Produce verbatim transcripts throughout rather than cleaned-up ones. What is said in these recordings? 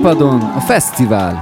Színpadon a fesztivál!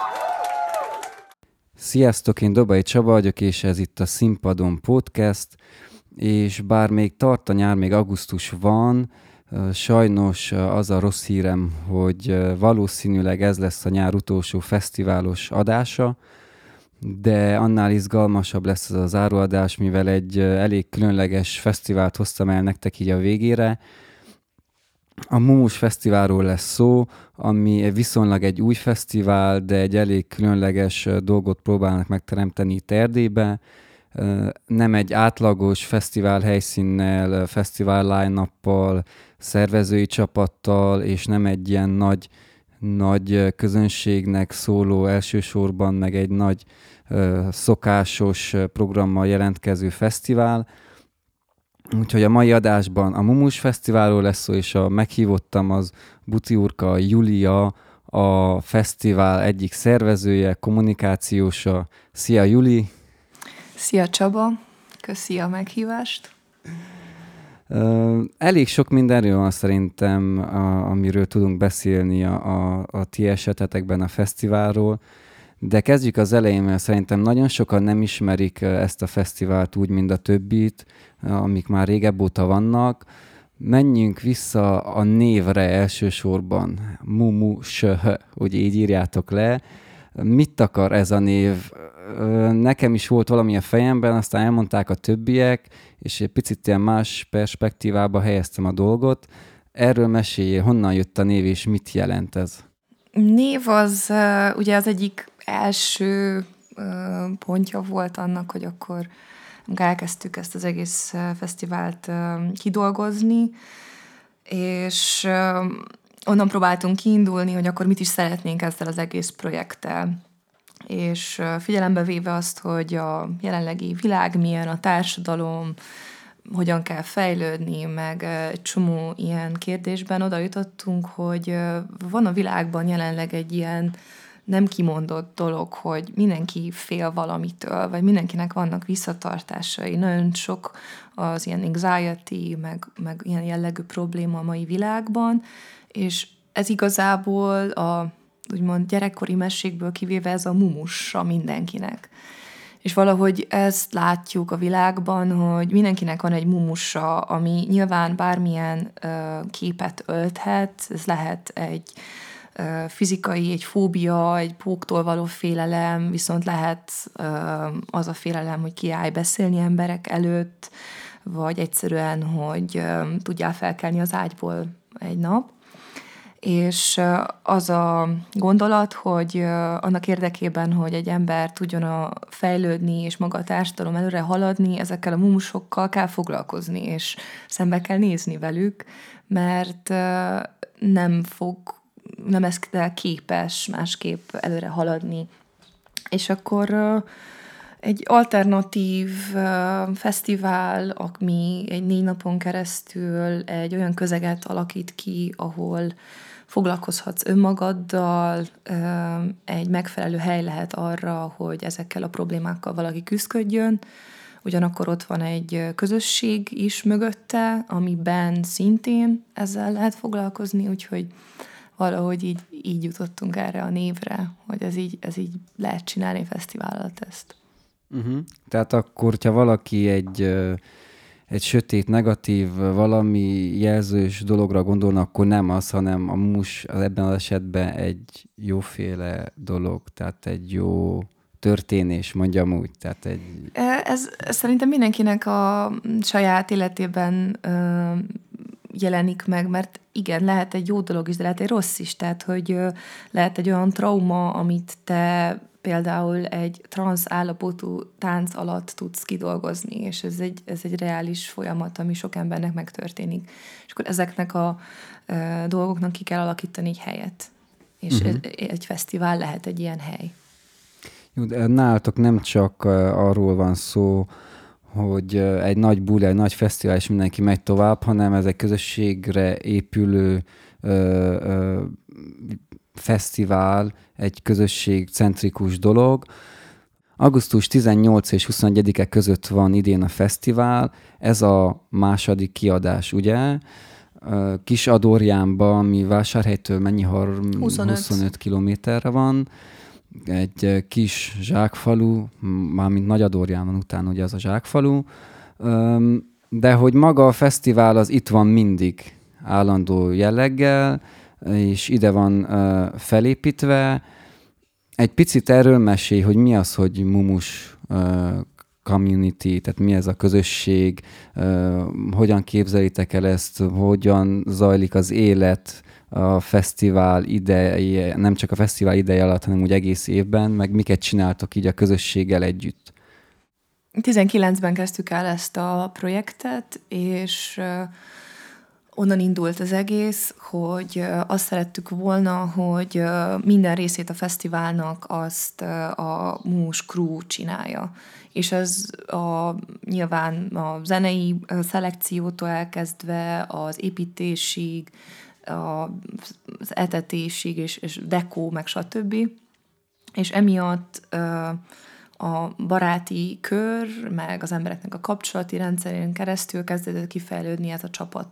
Sziasztok, én Dobai Csaba vagyok, és ez itt a Színpadon podcast, és bár még tart a nyár, még augusztus van, sajnos az a rossz hírem, hogy valószínűleg ez lesz a nyár utolsó fesztiválos adása, de annál izgalmasabb lesz ez a záróadás, mivel egy elég különleges fesztivált hoztam el nektek így a végére. A Mumus Fesztiválról lesz szó, ami viszonylag egy új fesztivál, de egy elég különleges dolgot próbálnak megteremteni itt Erdélybe. Nem egy átlagos fesztivál helyszínnel, fesztivál line-uppal, szervezői csapattal, és nem egy ilyen nagy, nagy közönségnek szóló elsősorban, meg egy nagy szokásos programmal jelentkező fesztivál. Úgyhogy a mai adásban a Mumus Fesztiválról lesz szó, és a meghívottam az Buci Urka Julia, a fesztivál egyik szervezője, kommunikációsa. Szia, Juli! Szia, Csaba! Köszi a meghívást! Elég sok mindenről van szerintem, a, amiről tudunk beszélni a, a, a ti esetetekben a fesztiválról, de kezdjük az elején, mert szerintem nagyon sokan nem ismerik ezt a fesztivált úgy, mint a többit, amik már régebb óta vannak. Menjünk vissza a névre elsősorban. Mumus, hogy így írjátok le. Mit akar ez a név? Nekem is volt valami a fejemben, aztán elmondták a többiek, és egy picit ilyen más perspektívába helyeztem a dolgot. Erről mesélj, honnan jött a név, és mit jelent ez? Név az ugye az egyik első pontja volt annak, hogy akkor elkezdtük ezt az egész fesztivált kidolgozni, és onnan próbáltunk kiindulni, hogy akkor mit is szeretnénk ezzel az egész projekttel. És figyelembe véve azt, hogy a jelenlegi világ milyen, a társadalom, hogyan kell fejlődni, meg egy csomó ilyen kérdésben oda jutottunk, hogy van a világban jelenleg egy ilyen nem kimondott dolog, hogy mindenki fél valamitől, vagy mindenkinek vannak visszatartásai. Nagyon sok az ilyen anxiety, meg, meg ilyen jellegű probléma a mai világban, és ez igazából a úgymond gyerekkori mesékből kivéve ez a mumussa mindenkinek. És valahogy ezt látjuk a világban, hogy mindenkinek van egy mumussa, ami nyilván bármilyen uh, képet ölthet, ez lehet egy uh, fizikai, egy fóbia, egy póktól való félelem, viszont lehet uh, az a félelem, hogy kiállj beszélni emberek előtt, vagy egyszerűen, hogy uh, tudjál felkelni az ágyból egy nap. És az a gondolat, hogy annak érdekében, hogy egy ember tudjon a fejlődni, és maga a társadalom előre haladni, ezekkel a mumusokkal kell foglalkozni, és szembe kell nézni velük, mert nem fog, nem ez képes másképp előre haladni. És akkor egy alternatív uh, fesztivál, ami egy négy napon keresztül egy olyan közeget alakít ki, ahol foglalkozhatsz önmagaddal, uh, egy megfelelő hely lehet arra, hogy ezekkel a problémákkal valaki küzdködjön. Ugyanakkor ott van egy közösség is mögötte, amiben szintén ezzel lehet foglalkozni, úgyhogy valahogy így, így jutottunk erre a névre, hogy ez így, ez így lehet csinálni fesztivál alatt ezt. Uh-huh. Tehát akkor, ha valaki egy, egy sötét, negatív, valami jelzős dologra gondolna, akkor nem az, hanem a mumus ebben az esetben egy jóféle dolog, tehát egy jó történés, mondjam úgy. Tehát egy... ez, ez szerintem mindenkinek a saját életében ö, jelenik meg, mert igen, lehet egy jó dolog is, de lehet egy rossz is, tehát hogy ö, lehet egy olyan trauma, amit te például egy transz állapotú tánc alatt tudsz kidolgozni, és ez egy, ez egy reális folyamat, ami sok embernek megtörténik. És akkor ezeknek a e, dolgoknak ki kell alakítani egy helyet. És uh-huh. egy, egy fesztivál lehet egy ilyen hely. Jó, de nálatok nem csak arról van szó, hogy egy nagy buli, egy nagy fesztivál, és mindenki megy tovább, hanem ez egy közösségre épülő ö, ö, fesztivál, egy közösségcentrikus dolog. augusztus tizennyolcadika és huszonegyedike között van idén a fesztivál, ez a második kiadás, ugye? Kis Adorjánba, ami Vásárhelytől mennyi huszonöt. huszonöt kilométerre van, egy kis zsákfalu, mármint Nagy Adorján van utána ugye az a zsákfalu, de hogy maga a fesztivál az itt van mindig állandó jelleggel, és ide van felépítve. Egy picit erről mesélj, hogy mi az, hogy Mumus community, tehát mi ez a közösség, hogyan képzelitek el ezt, hogyan zajlik az élet a fesztivál ideje, nem csak a fesztivál ideje alatt, hanem úgy egész évben, meg miket csináltok így a közösséggel együtt? tizenkilencben kezdtük el ezt a projektet, és onnan indult az egész, hogy azt szerettük volna, hogy minden részét a fesztiválnak azt a Mumus Crew csinálja. És ez a, nyilván a zenei szelekciótól elkezdve az építésig, az etetésig, és, és dekó, meg stb. És emiatt a baráti kör, meg az embereknek a kapcsolati rendszerén keresztül kezdődött kifejlődni ez a csapat.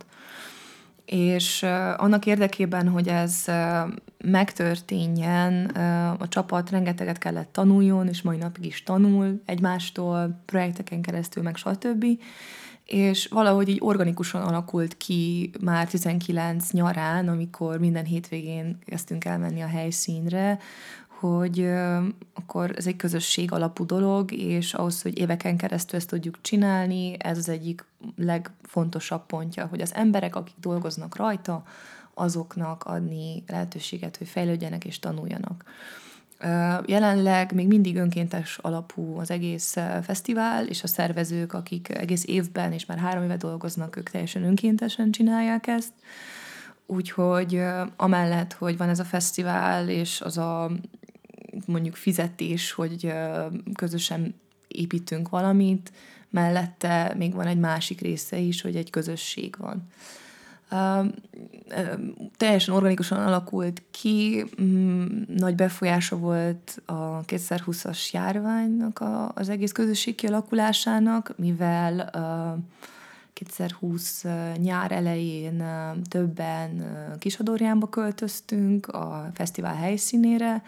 És annak érdekében, hogy ez megtörténjen, a csapat rengeteget kellett tanuljon, és mai napig is tanul egymástól, projekteken keresztül, meg stb. És valahogy így organikusan alakult ki már tizenkilenc nyarán, amikor minden hétvégén kezdtünk elmenni a helyszínre, hogy uh, akkor ez egy közösség alapú dolog, és ahhoz, hogy éveken keresztül ezt tudjuk csinálni, ez az egyik legfontosabb pontja, hogy az emberek, akik dolgoznak rajta, azoknak adni lehetőséget, hogy fejlődjenek és tanuljanak. Uh, jelenleg még mindig önkéntes alapú az egész uh, fesztivál, és a szervezők, akik egész évben és már három éve dolgoznak, ők teljesen önkéntesen csinálják ezt. Úgyhogy uh, amellett, hogy van ez a fesztivál, és az a mondjuk fizetés, hogy uh, közösen építünk valamit, mellette még van egy másik része is, hogy egy közösség van. Uh, uh, teljesen organikusan alakult ki, um, nagy befolyása volt a kétezer-húszas járványnak a, az egész közösség kialakulásának, mivel uh, kétezer-húsz nyár elején többen Kisadorjánba költöztünk a fesztivál helyszínére,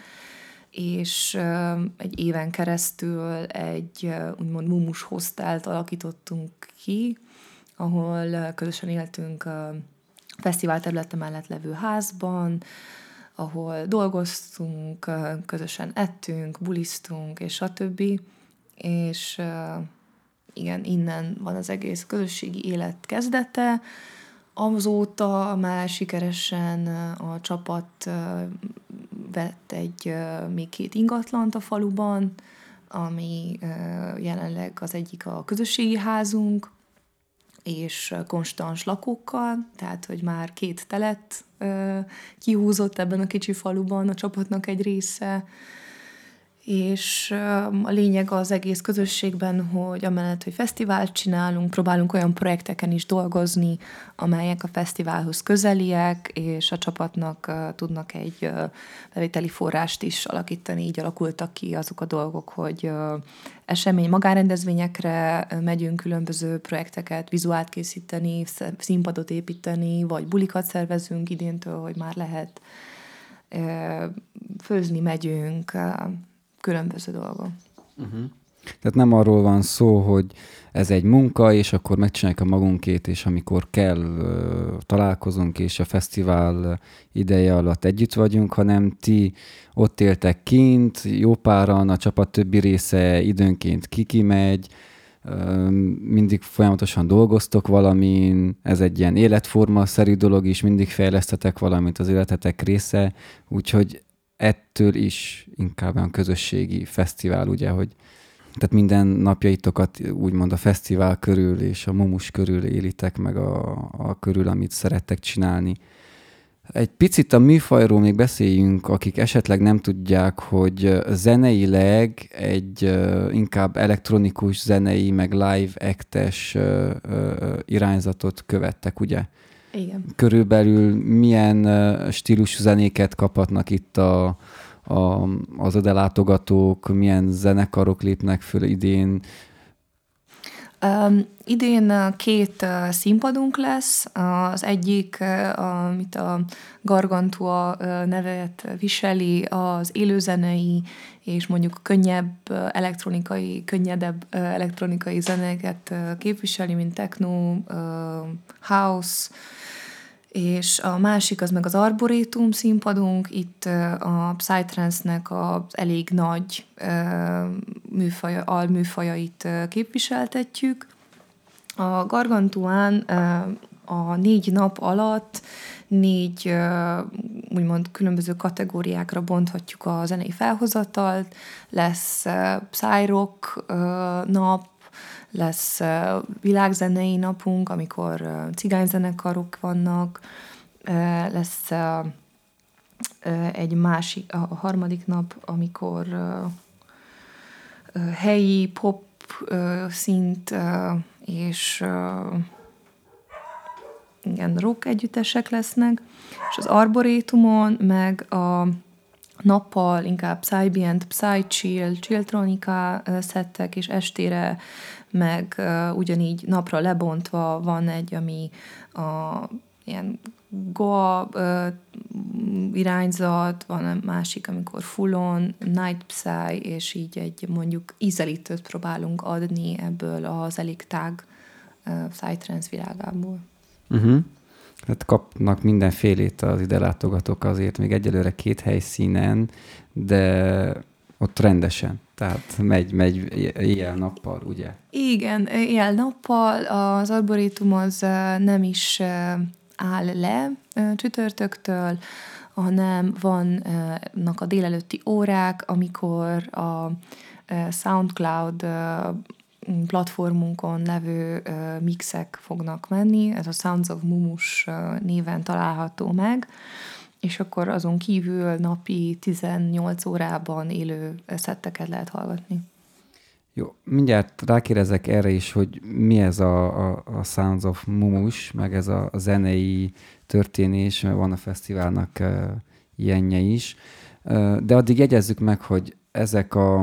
és egy éven keresztül egy úgymond Mumus hostelt alakítottunk ki, ahol közösen éltünk a fesztivál területe mellett levő házban, ahol dolgoztunk, közösen ettünk, bulisztunk, és stb. És igen, innen van az egész közösségi élet kezdete. Azóta már sikeresen a csapat vett egy még két ingatlant a faluban, ami jelenleg az egyik a közösségi házunk, és konstans lakókkal, tehát hogy már két telet kihúzott ebben a kicsi faluban a csapatnak egy része, és a lényeg az egész közösségben, hogy amellett, hogy fesztivált csinálunk, próbálunk olyan projekteken is dolgozni, amelyek a fesztiválhoz közeliek, és a csapatnak tudnak egy bevételi forrást is alakítani. Így alakultak ki azok a dolgok, hogy esemény, magánrendezvényekre megyünk különböző projekteket, vizuált készíteni, színpadot építeni, vagy bulikat szervezünk idéntől, hogy már lehet főzni megyünk, különböző dolgok. Uh-huh. Tehát nem arról van szó, hogy ez egy munka, és akkor megcsináljuk a magunkét, és amikor kell, találkozunk, és a fesztivál ideje alatt együtt vagyunk, hanem ti ott éltek kint, jó páran, a csapat többi része időnként kikimegy, mindig folyamatosan dolgoztok valamin, ez egy ilyen életforma-szerű dolog is, mindig fejlesztetek valamit az életetek része, úgyhogy ettől is inkább olyan közösségi fesztivál, ugye, hogy tehát minden napjaitokat úgymond a fesztivál körül és a Mumus körül élitek meg a, a körül, amit szerettek csinálni. Egy picit a műfajról még beszéljünk, akik esetleg nem tudják, hogy zeneileg egy uh, inkább elektronikus zenei, meg live actes uh, uh, irányzatot követtek, ugye? Igen. Körülbelül milyen uh, stílusú zenéket kaphatnak itt a, a, az oda látogatók, milyen zenekarok lépnek föl idén? Um, idén két uh, színpadunk lesz. Az egyik, uh, amit a Gargantua uh, nevet viseli, az élőzenei és mondjuk könnyebb uh, elektronikai, könnyedebb uh, elektronikai zenéket uh, képviseli, mint techno, uh, house, és a másik az meg az Arborétum színpadunk. Itt uh, a Psytrance-nek az elég nagy uh, műfaja, alműfajait uh, képviseltetjük. A Gargantuán uh, a négy nap alatt négy uh, úgymond különböző kategóriákra bonthatjuk a zenei felhozatalt. Lesz uh, Psyrock uh, nap, lesz uh, világzenei napunk, amikor uh, cigányzenekarok vannak, uh, lesz uh, uh, egy másik, a, a harmadik nap, amikor uh, uh, helyi pop uh, szint uh, és uh, igen, rock együttesek lesznek, és az Arborétumon meg a nappal inkább Psybient, Psychill, Chilltronica uh, szettek, és estére meg uh, ugyanígy napra lebontva van egy, ami a ilyen Goa uh, irányzat, van a másik, amikor full-on, Night Psy, és így egy mondjuk ízelítőt próbálunk adni ebből az elég tág uh, Psytrance világából. Uh-huh. Hát kapnak mindenfélét az ide látogatók azért, még egyelőre két helyszínen, de ott rendesen. Tehát megy, megy éjjel-nappal, ugye? Igen, éjjel-nappal. Az Arborétum az nem is áll le csütörtöktől, hanem vannak a délelőtti órák, amikor a SoundCloud platformunkon levő mixek fognak menni. Ez a Sounds of Mumus néven található meg, és akkor azon kívül napi tizennyolc órában élő szetteket lehet hallgatni. Jó, mindjárt rákérdezek erre is, hogy mi ez a, a, a Sounds of Mumus, meg ez a, a zenei történés, mert van a fesztiválnak uh, ilyenje is. Uh, de addig jegyezzük meg, hogy ezek a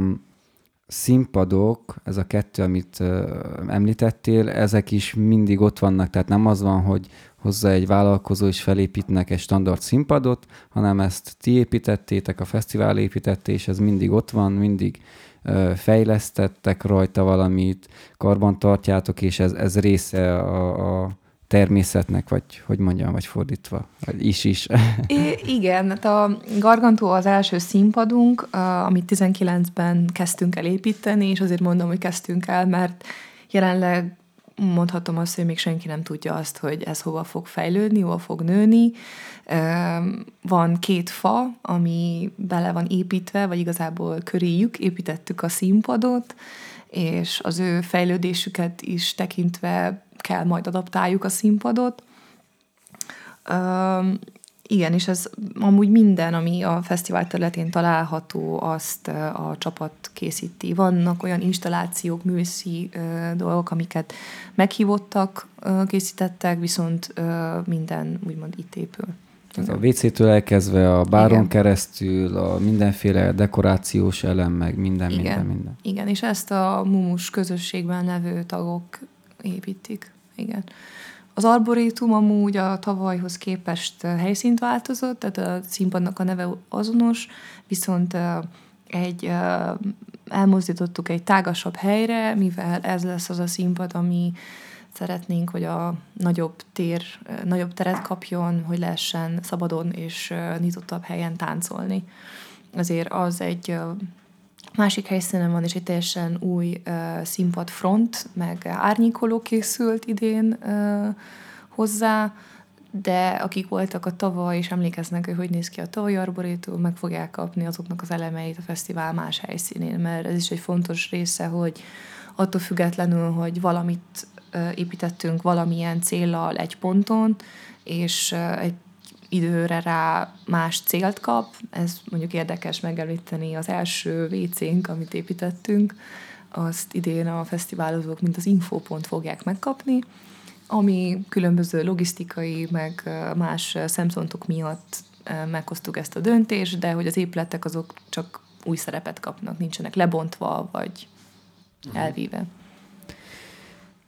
színpadok, ez a kettő, amit uh, említettél, ezek is mindig ott vannak, tehát nem az van, hogy hozzá egy vállalkozó és felépítnek egy standard színpadot, hanem ezt ti építettétek, a fesztivál építette, és ez mindig ott van, mindig uh, fejlesztettek rajta valamit, karban tartjátok, és ez, ez része a, a természetnek, vagy hogy mondjam, vagy fordítva, vagy is-is. I- igen, hát a Gargantua az első színpadunk, uh, amit tizenkilencben kezdtünk el építeni, és azért mondom, hogy kezdtünk el, mert jelenleg mondhatom azt, hogy még senki nem tudja azt, hogy ez hova fog fejlődni, hova fog nőni. Uh, van két fa, ami bele van építve, vagy igazából köréjük építettük a színpadot, és az ő fejlődésüket is tekintve kell majd adaptáljuk a színpadot. Uh, igen, és ez amúgy minden, ami a fesztivál területén található, azt uh, a csapat készíti. Vannak olyan installációk, műszi uh, dolgok, amiket meghívottak, uh, készítettek, viszont uh, minden úgymond itt épül. Tehát a vé cé-től elkezdve a báron Igen. keresztül, a mindenféle dekorációs elem, meg minden, Igen. minden, minden. Igen, és ezt a Mumus közösségben levő tagok építik. Igen. Az Arborétum amúgy a tavalyhoz képest helyszínt változott, tehát a színpadnak a neve azonos, viszont egy, elmozdítottuk egy tágasabb helyre, mivel ez lesz az a színpad, ami szeretnénk, hogy a nagyobb tér, nagyobb teret kapjon, hogy lehessen szabadon és nyitottabb helyen táncolni. Azért az egy másik helyszínen van, és egy teljesen új uh, színpadfront, meg árnyékoló készült idén uh, hozzá, de akik voltak a tavaly, és emlékeznek, hogy hogy néz ki a tavalyi Arborétum, meg fogják kapni azoknak az elemeit a fesztivál más helyszínén, mert ez is egy fontos része, hogy attól függetlenül, hogy valamit uh, építettünk valamilyen céllal egy ponton, és uh, egy időre rá más célt kap. Ez mondjuk érdekes megemlíteni, az első vé cénk, amit építettünk, azt idén a fesztiválozók, mint az Infopont fogják megkapni, ami különböző logisztikai, meg más szempontok miatt meghoztuk ezt a döntést, de hogy az épületek azok csak új szerepet kapnak, nincsenek lebontva, vagy elvíve.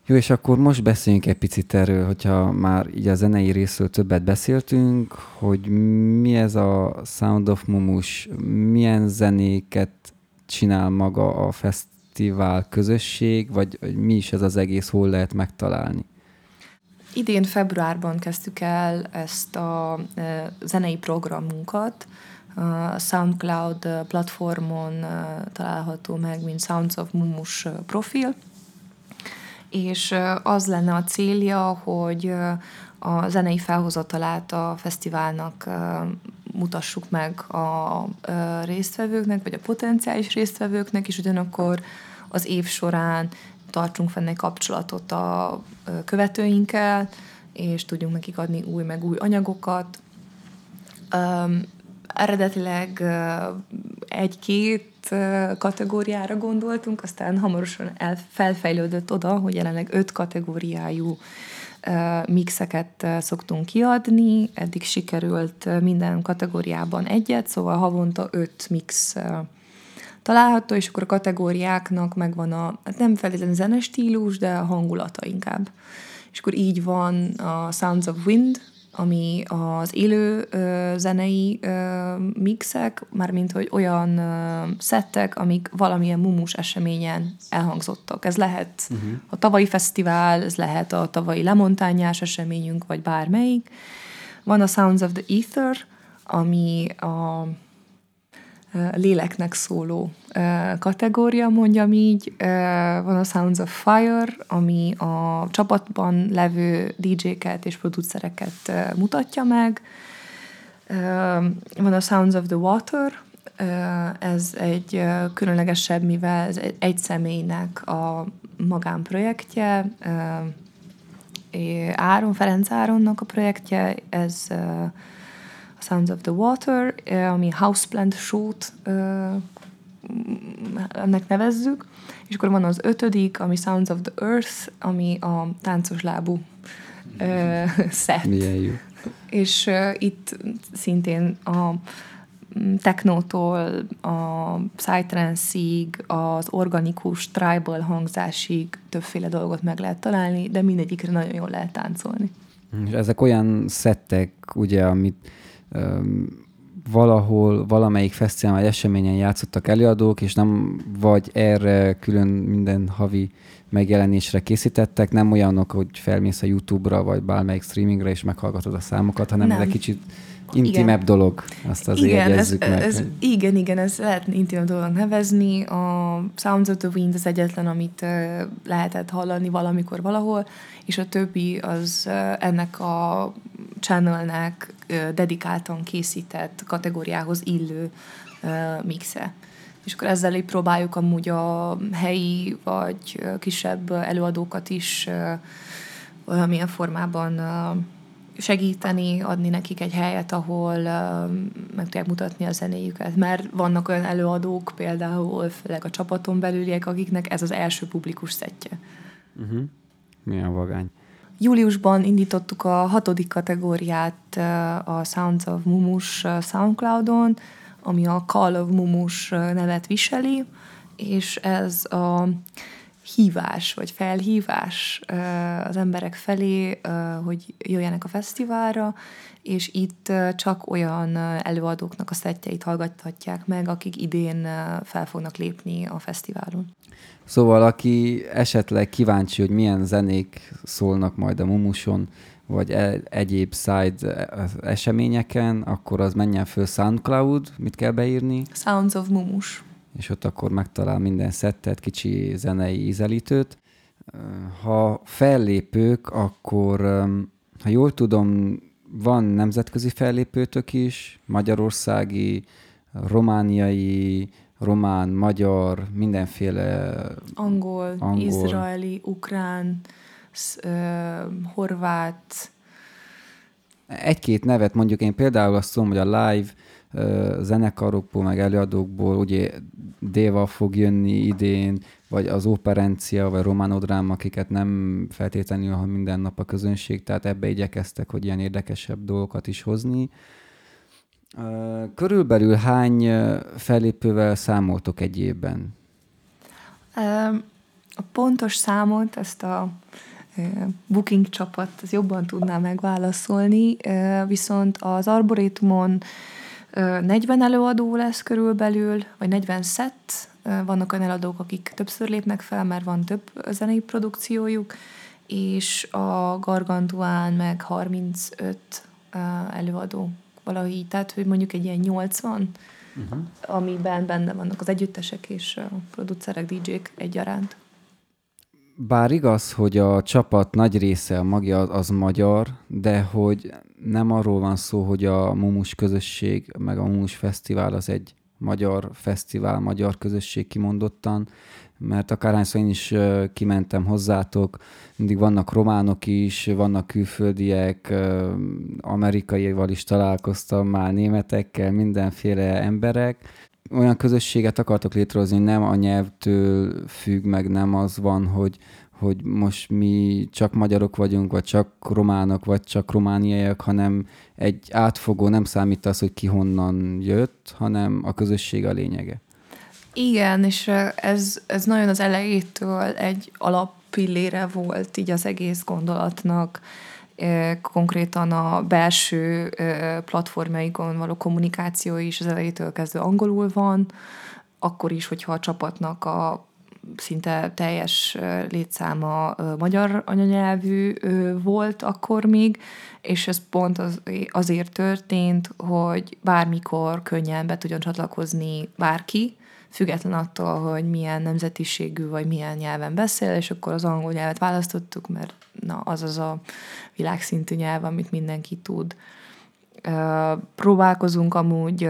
Jó, és akkor most beszéljünk egy picit erről, hogyha már így a zenei részről többet beszéltünk, hogy mi ez a Sound of Mumus, milyen zenéket csinál maga a fesztivál közösség, vagy mi is ez az egész, hol lehet megtalálni? Idén februárban kezdtük el ezt a zenei programunkat. A SoundCloud platformon található meg, mint Sounds of Mumus profil, és az lenne a célja, hogy a zenei felhozatalát a fesztiválnak mutassuk meg a résztvevőknek, vagy a potenciális résztvevőknek, és ugyanakkor az év során tartsunk fenn egy kapcsolatot a követőinkkel, és tudjunk nekik adni új meg új anyagokat. Um, eredetileg uh, egy-két uh, kategóriára gondoltunk, aztán hamarosan el, felfejlődött oda, hogy jelenleg öt kategóriájú uh, mixeket uh, szoktunk kiadni. Eddig sikerült uh, minden kategóriában egyet, szóval havonta öt mix uh, található, és akkor a kategóriáknak megvan a, hát nem feltétlenül zenestílus, de a hangulata inkább. És akkor így van a Sounds of Wind, ami az élő ö, zenei ö, mixek, mármint hogy olyan ö, szettek, amik valamilyen mumus eseményen elhangzottak. Ez lehet uh-huh. a tavalyi fesztivál, ez lehet a tavalyi lemontányás eseményünk, vagy bármelyik. Van a Sounds of the Ether, ami a léleknek szóló kategória, mondjam így. Van a Sounds of Fire, ami a csapatban levő dé dzséket és producereket mutatja meg. Van a Sounds of the Water, ez egy különlegesebb, mivel ez egy személynek a magánprojektje, Áron, Ferenc Áronnak a projektje, ez a Sounds of the Water, ami Houseplant Show-t ennek nevezzük, és akkor van az ötödik, ami Sounds of the Earth, ami a táncos lábú szett. Milyen jó. És uh, itt szintén a technótól a psytrance-ig, az organikus tribal hangzásig többféle dolgot meg lehet találni, de mindegyikre nagyon jól lehet táncolni. És ezek olyan szettek, ugye, amit um, valahol, valamelyik fesztivál vagy eseményen játszottak előadók, és nem vagy erre külön minden havi megjelenésre készítettek, nem olyanok, hogy felmész a YouTube-ra, vagy bármelyik streamingre, és meghallgatod a számokat, hanem nem. Ez egy kicsit intimebb igen. dolog, azt azért igen, jegyezzük ez, meg. Ez, igen, igen, ez lehet intimebb dolognak nevezni. A Sounds of the Wind az egyetlen, amit lehetett hallani valamikor valahol, és a többi az ennek a channelnek dedikáltan készített kategóriához illő mixe. És akkor ezzel így próbáljuk amúgy a helyi vagy kisebb előadókat is valamilyen formában segíteni, adni nekik egy helyet, ahol meg tudják mutatni a zenéjüket. Mert vannak olyan előadók, például főleg a csapaton belüliek, akiknek ez az első publikus szettje. Uh-huh. Milyen vagány. Júliusban indítottuk a hatodik kategóriát a Sounds of Mumus SoundCloudon, ami a Call of Mumus nevet viseli, és ez a hívás, vagy felhívás az emberek felé, hogy jöjjenek a fesztiválra, és itt csak olyan előadóknak a szettjeit hallgathatják meg, akik idén fel fognak lépni a fesztiválon. Szóval aki esetleg kíváncsi, hogy milyen zenék szólnak majd a Mumuson, vagy egyéb side eseményeken, akkor az menjen föl SoundCloud, mit kell beírni? Sounds of Mumus. És ott akkor megtalál minden szettet, kicsi zenei ízelítőt. Ha fellépők, akkor, ha jól tudom, van nemzetközi fellépőtök is, magyarországi, romániai, román, magyar, mindenféle... Angol, angol. Izraeli, ukrán, sz, uh, horvát. Egy-két nevet mondjuk én például azt tudom, hogy a live uh, zenekarokból, meg előadókból, ugye Déva fog jönni idén, vagy az Operencia, vagy Románodrám, akiket nem feltétlenül ha minden nap a közönség, tehát ebbe igyekeztek, hogy ilyen érdekesebb dolgokat is hozni. Uh, körülbelül hány fellépővel számoltok egy évben? Um, A pontos számot, ezt a booking csapat ez jobban tudná megválaszolni, viszont az Arborétumon negyven előadó lesz körülbelül, vagy negyven szett. Vannak olyan előadók, akik többször lépnek fel, mert van több zenei produkciójuk, és a Gargantuán meg harmincöt előadó valahogy így, tehát hogy mondjuk egy ilyen nyolcvan, uh-huh. amiben benne vannak az együttesek és a producerek, dé jék egyaránt. Bár igaz, hogy a csapat nagy része, a magja az, az magyar, de hogy nem arról van szó, hogy a Mumus közösség, meg a Mumus Fesztivál az egy magyar fesztivál, magyar közösség kimondottan, mert akárhányszor én is kimentem hozzátok, mindig vannak románok is, vannak külföldiek, amerikaival is találkoztam már, németekkel, mindenféle emberek. Olyan közösséget akartok létrehozni, hogy nem a nyelvtől függ, meg nem az van, hogy, hogy most mi csak magyarok vagyunk, vagy csak románok, vagy csak romániaiak, hanem egy átfogó, nem számít az, hogy ki honnan jött, hanem a közösség a lényege. Igen, és ez, ez nagyon az elejétől egy alappillére volt így az egész gondolatnak, konkrétan a belső platformjaikon való kommunikáció is az elejétől kezdve angolul van, akkor is, hogyha a csapatnak a szinte teljes létszáma magyar anyanyelvű volt akkor még, és ez pont az, azért történt, hogy bármikor könnyen be tudjon csatlakozni bárki, független attól, hogy milyen nemzetiségű vagy milyen nyelven beszél, és akkor az angol nyelvet választottuk, mert na, az az a világszintű nyelv, amit mindenki tud. Próbálkozunk amúgy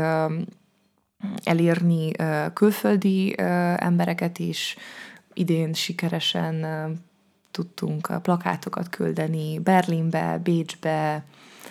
elérni külföldi embereket is. Idén sikeresen tudtunk plakátokat küldeni Berlinbe, Bécsbe,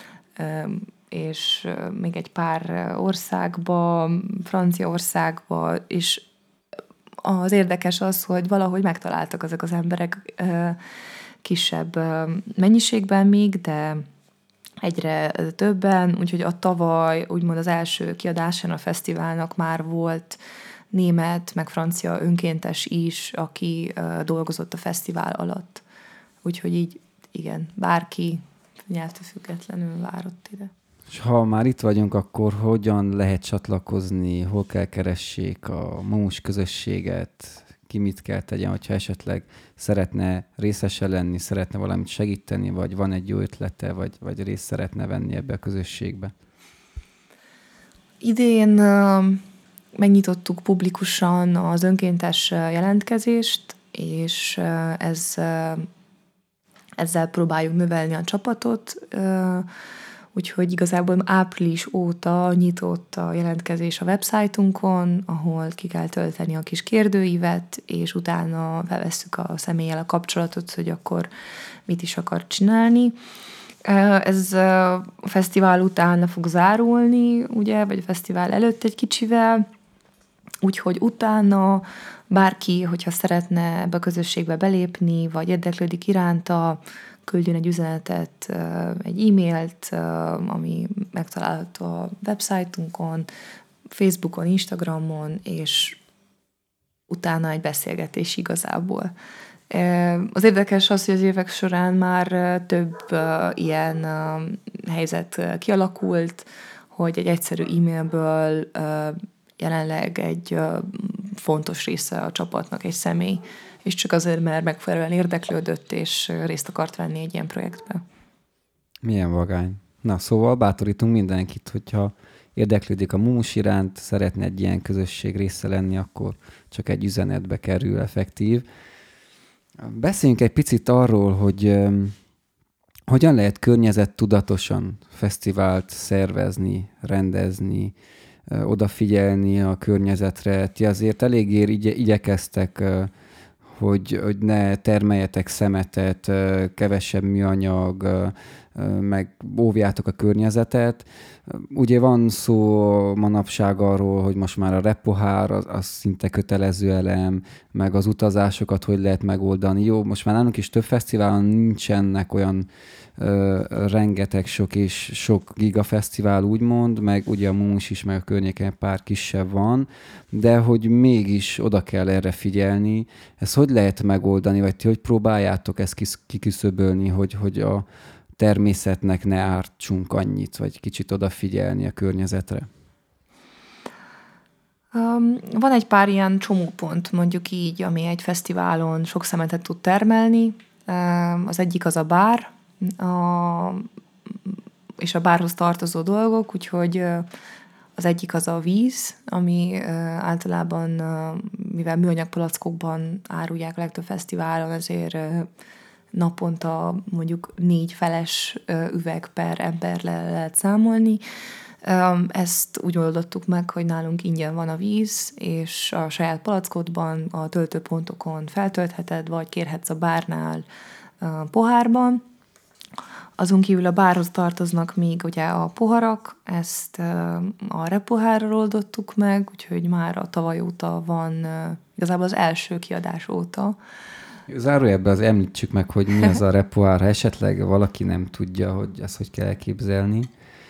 és még egy pár országba, Franciaországba, és az érdekes az, hogy valahogy megtaláltak ezek az emberek kisebb mennyiségben még, de egyre többen, úgyhogy a tavaly, úgymond az első kiadásán a fesztiválnak már volt német, meg francia önkéntes is, aki dolgozott a fesztivál alatt. Úgyhogy így, igen, bárki nyelvtől függetlenül várott ide. És ha már itt vagyunk, akkor hogyan lehet csatlakozni, hol kell keressék a Mumus közösséget, ki mit kell tegyen, hogyha esetleg szeretne részese lenni, szeretne valamit segíteni, vagy van egy jó ötlete, vagy, vagy részt szeretne venni ebbe a közösségbe? Idén uh, megnyitottuk publikusan az önkéntes jelentkezést, és uh, ez, uh, ezzel próbáljuk növelni a csapatot, uh, úgyhogy igazából április óta nyitott a jelentkezés a websájtunkon, ahol ki kell tölteni a kis kérdőívet, és utána felvesszük a személlyel a kapcsolatot, hogy akkor mit is akar csinálni. Ez a fesztivál után fog zárulni, ugye, vagy a fesztivál előtt egy kicsivel, úgyhogy utána bárki, hogyha szeretne ebbe a közösségbe belépni, vagy érdeklődik iránta, küldjön egy üzenetet, egy e-mailt, ami megtalálható a websájtunkon, Facebookon, Instagramon, és utána egy beszélgetés igazából. Az érdekes az, hogy az évek során már több ilyen helyzet kialakult, hogy egy egyszerű e-mailből jelenleg egy fontos része a csapatnak egy személy, és csak azért, mert megfelelően érdeklődött, és részt akart venni egy ilyen projektbe. Milyen vagány. Na, szóval bátorítunk mindenkit, hogyha érdeklődik a Mumus iránt, szeretne egy ilyen közösség része lenni, akkor csak egy üzenetbe kerül effektív. Beszéljünk egy picit arról, hogy um, hogyan lehet környezettudatosan fesztivált szervezni, rendezni, uh, odafigyelni a környezetre. Ti azért eléggé igye, igyekeztek, uh, hogy, hogy ne termeljetek szemetet, uh, kevesebb műanyag, uh, meg óvjátok a környezetet. Ugye van szó manapság arról, hogy most már a repohár az, az szinte kötelező elem, meg az utazásokat hogy lehet megoldani. Jó, most már nálunk is több fesztiválon nincsenek olyan ö, rengeteg sok és sok gigafesztivál úgymond, meg ugye a Mumus is, meg a környéken pár kisebb van, de hogy mégis oda kell erre figyelni. Ezt hogy lehet megoldani, vagy ti hogy próbáljátok ezt kiküszöbölni, hogy, hogy a természetnek ne ártsunk annyit, vagy kicsit odafigyelni a környezetre? Um, van egy pár ilyen csomópont, mondjuk így, ami egy fesztiválon sok szemetet tud termelni. Um, az egyik az a bár, a, és a bárhoz tartozó dolgok, úgyhogy uh, az egyik az a víz, ami uh, általában, uh, mivel műanyag palackokban árulják a legtöbb fesztiválon, ezért uh, naponta mondjuk négy feles üveg per ember le lehet számolni. Ezt úgy oldottuk meg, hogy nálunk ingyen van a víz, és a saját palackodban, a töltőpontokon feltöltheted, vagy kérhetsz a bárnál pohárban. Azon kívül a bárhoz tartoznak még ugye a poharak, ezt a repohárral oldottuk meg, úgyhogy már a tavaly óta van, igazából az első kiadás óta. Zárójelben az említsük meg, hogy mi az a repohár, ha esetleg valaki nem tudja, hogy ezt hogy kell elképzelni.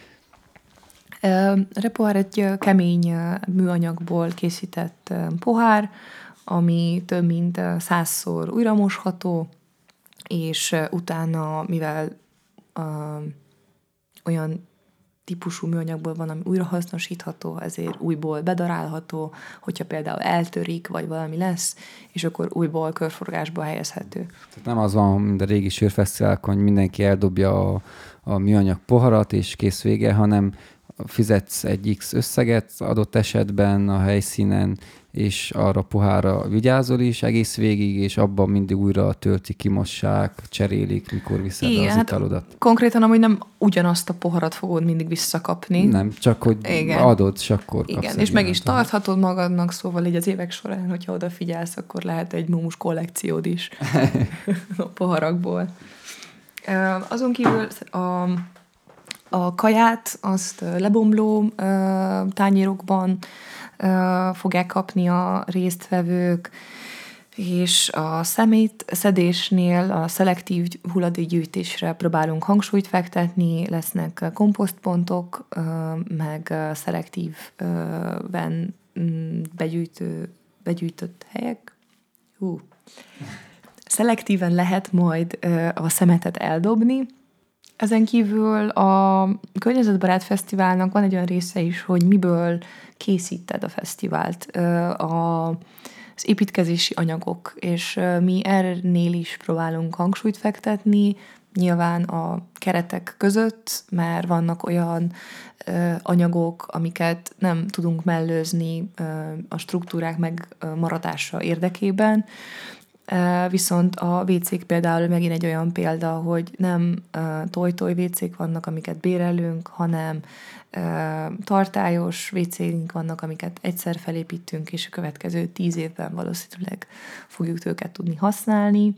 A repohár egy kemény műanyagból készített pohár, ami több mint százszor újramosható, és utána, mivel uh, olyan típusú műanyagból van, ami újrahasznosítható, ezért újból bedarálható, hogyha például eltörik, vagy valami lesz, és akkor újból körforgásba helyezhető. Tehát nem az van, mint a régi sörfesztiválokon, hogy mindenki eldobja a, a műanyag poharat, és kész vége, hanem fizetsz egy X összeget adott esetben a helyszínen, és arra pohárra vigyázol is egész végig, és abban mindig újra töltik, kimossák, cserélik, mikor viszed Igen, az hát italodat. Konkrétan amúgy nem ugyanazt a poharat fogod mindig visszakapni. Nem, csak hogy igen. adod, és akkor kapsz. Igen, és meg is tarthatod magadnak, szóval így az évek során, hogyha odafigyelsz, akkor lehet egy mumus kollekciód is a poharakból. Azon kívül a, a kaját, azt lebomló tányérokban fogják kapni a résztvevők, és a szemét szedésnél a szelektív hulladékgyűjtésre próbálunk hangsúlyt fektetni, lesznek komposztpontok, meg szelektívben begyűjtő, begyűjtött helyek. Hú. Szelektíven lehet majd a szemetet eldobni. Ezen kívül a Környezetbarát Fesztiválnak van egy olyan része is, hogy miből készíted a fesztivált. A az építkezési anyagok, és mi ernél is próbálunk hangsúlyt fektetni, nyilván a keretek között, mert vannak olyan ö, anyagok, amiket nem tudunk mellőzni ö, a struktúrák megmaradása érdekében, ö, viszont a vécék például megint egy olyan példa, hogy nem ö, toj-toj vécék vannak, amiket bérelünk, hanem tartályos vécéink vannak, amiket egyszer felépítünk, és a következő tíz évben valószínűleg fogjuk őket tudni használni.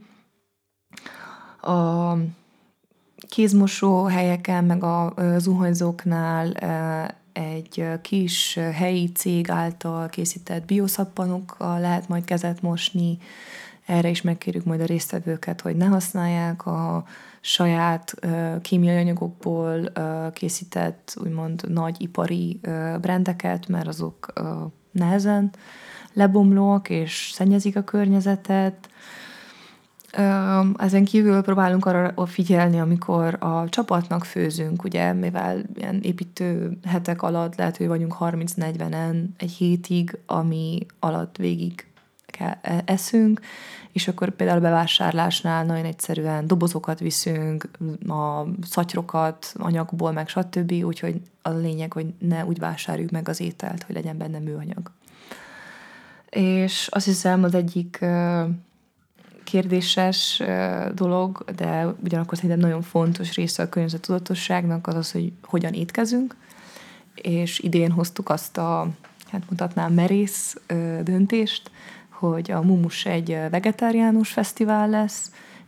A kézmosó helyeken, meg a zuhanyzóknál egy kis helyi cég által készített bioszappanokkal lehet majd kezet mosni. Erre is megkérjük majd a résztvevőket, hogy ne használják a saját uh, kémiai anyagokból uh, készített, úgymond nagy ipari uh, brandeket, mert azok uh, nehezen lebomlóak és szennyezik a környezetet. Uh, ezen kívül próbálunk arra figyelni, amikor a csapatnak főzünk, ugye, mivel ilyen építő hetek alatt lehet, hogy vagyunk harminc-negyvenen egy hétig, ami alatt végig kell eszünk, és akkor például a bevásárlásnál nagyon egyszerűen dobozokat viszünk, a szatyrokat, anyagból, meg stb., úgyhogy az a lényeg, hogy ne úgy vásároljuk meg az ételt, hogy legyen benne műanyag. És azt hiszem az egyik kérdéses dolog, de ugyanakkor szerintem nagyon fontos része a környezettudatosságnak az az, hogy hogyan étkezünk, és idén hoztuk azt a, hát mutatnám, merész döntést, hogy a Mumus egy vegetáriánus fesztivál lesz,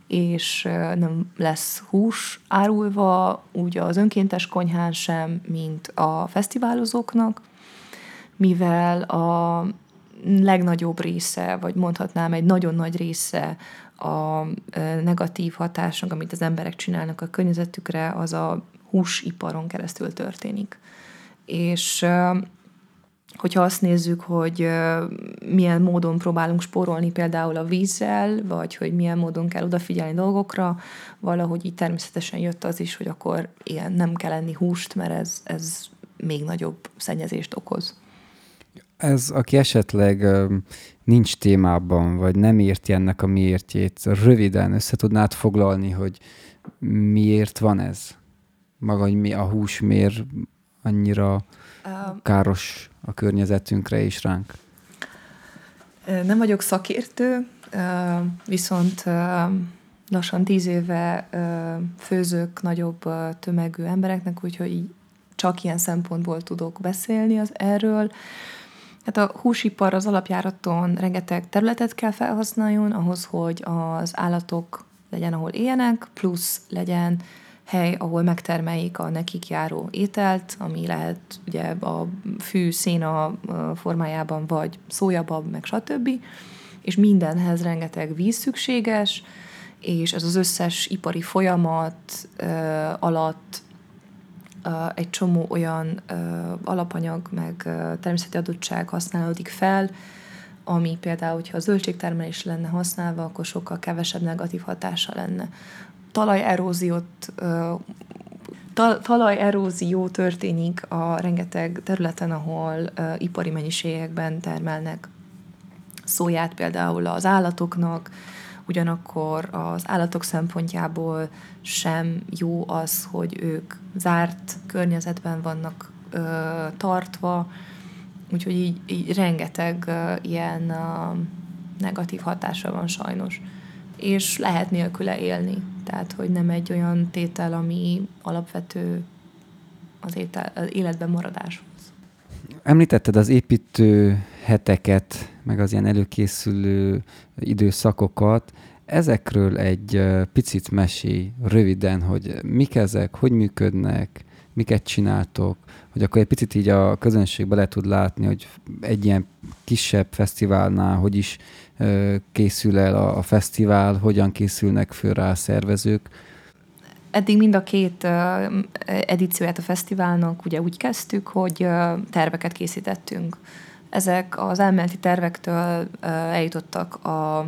és nem lesz hús árulva, úgy az önkéntes konyhán sem, mint a fesztiválozóknak, mivel a legnagyobb része, vagy mondhatnám egy nagyon nagy része a negatív hatásnak, amit az emberek csinálnak a környezetükre, az a húsiparon keresztül történik. És hogyha azt nézzük, hogy milyen módon próbálunk spórolni például a vízzel, vagy hogy milyen módon kell odafigyelni dolgokra, valahogy így természetesen jött az is, hogy akkor ilyen nem kell enni húst, mert ez, ez még nagyobb szennyezést okoz. Ez, aki esetleg nincs témában, vagy nem érti ennek a miértjét, röviden össze tudnád foglalni, hogy miért van ez? Maga, hogy mi a hús miért annyira káros a környezetünkre és ránk? Nem vagyok szakértő, viszont lassan tíz éve főzök nagyobb tömegű embereknek, úgyhogy csak ilyen szempontból tudok beszélni az erről. Hát a húsipar az alapjáraton rengeteg területet kell felhasználjon ahhoz, hogy az állatok legyen, ahol éljenek, plusz legyen hely, ahol megtermeljék a nekik járó ételt, ami lehet ugye a fű, széna formájában, vagy szójabab, meg stb. És mindenhez rengeteg víz szükséges, és ez az összes ipari folyamat alatt egy csomó olyan alapanyag, meg természeti adottság használódik fel, ami például, hogyha a zöldségtermelés lenne használva, akkor sokkal kevesebb negatív hatása lenne. Talajeróziót, talajerózió történik a rengeteg területen, ahol ipari mennyiségekben termelnek szóját például az állatoknak, ugyanakkor az állatok szempontjából sem jó az, hogy ők zárt környezetben vannak ö, tartva, úgyhogy így, így rengeteg ö, ilyen ö, negatív hatása van sajnos. És lehet nélküle élni, tehát hogy nem egy olyan tétel, ami alapvető az, étel, az életben maradáshoz. Említetted az építő heteket, meg az ilyen előkészülő időszakokat. Ezekről egy picit mesélj röviden, hogy mik ezek, hogy működnek, miket csináltok, hogy akkor egy picit így a közönség bele tud látni, hogy egy ilyen kisebb fesztiválnál hogy is készül el a, a fesztivál, hogyan készülnek föl rá a szervezők. Eddig mind a két edícióját a fesztiválnak ugye úgy kezdtük, hogy terveket készítettünk. Ezek az elméleti tervektől eljutottak a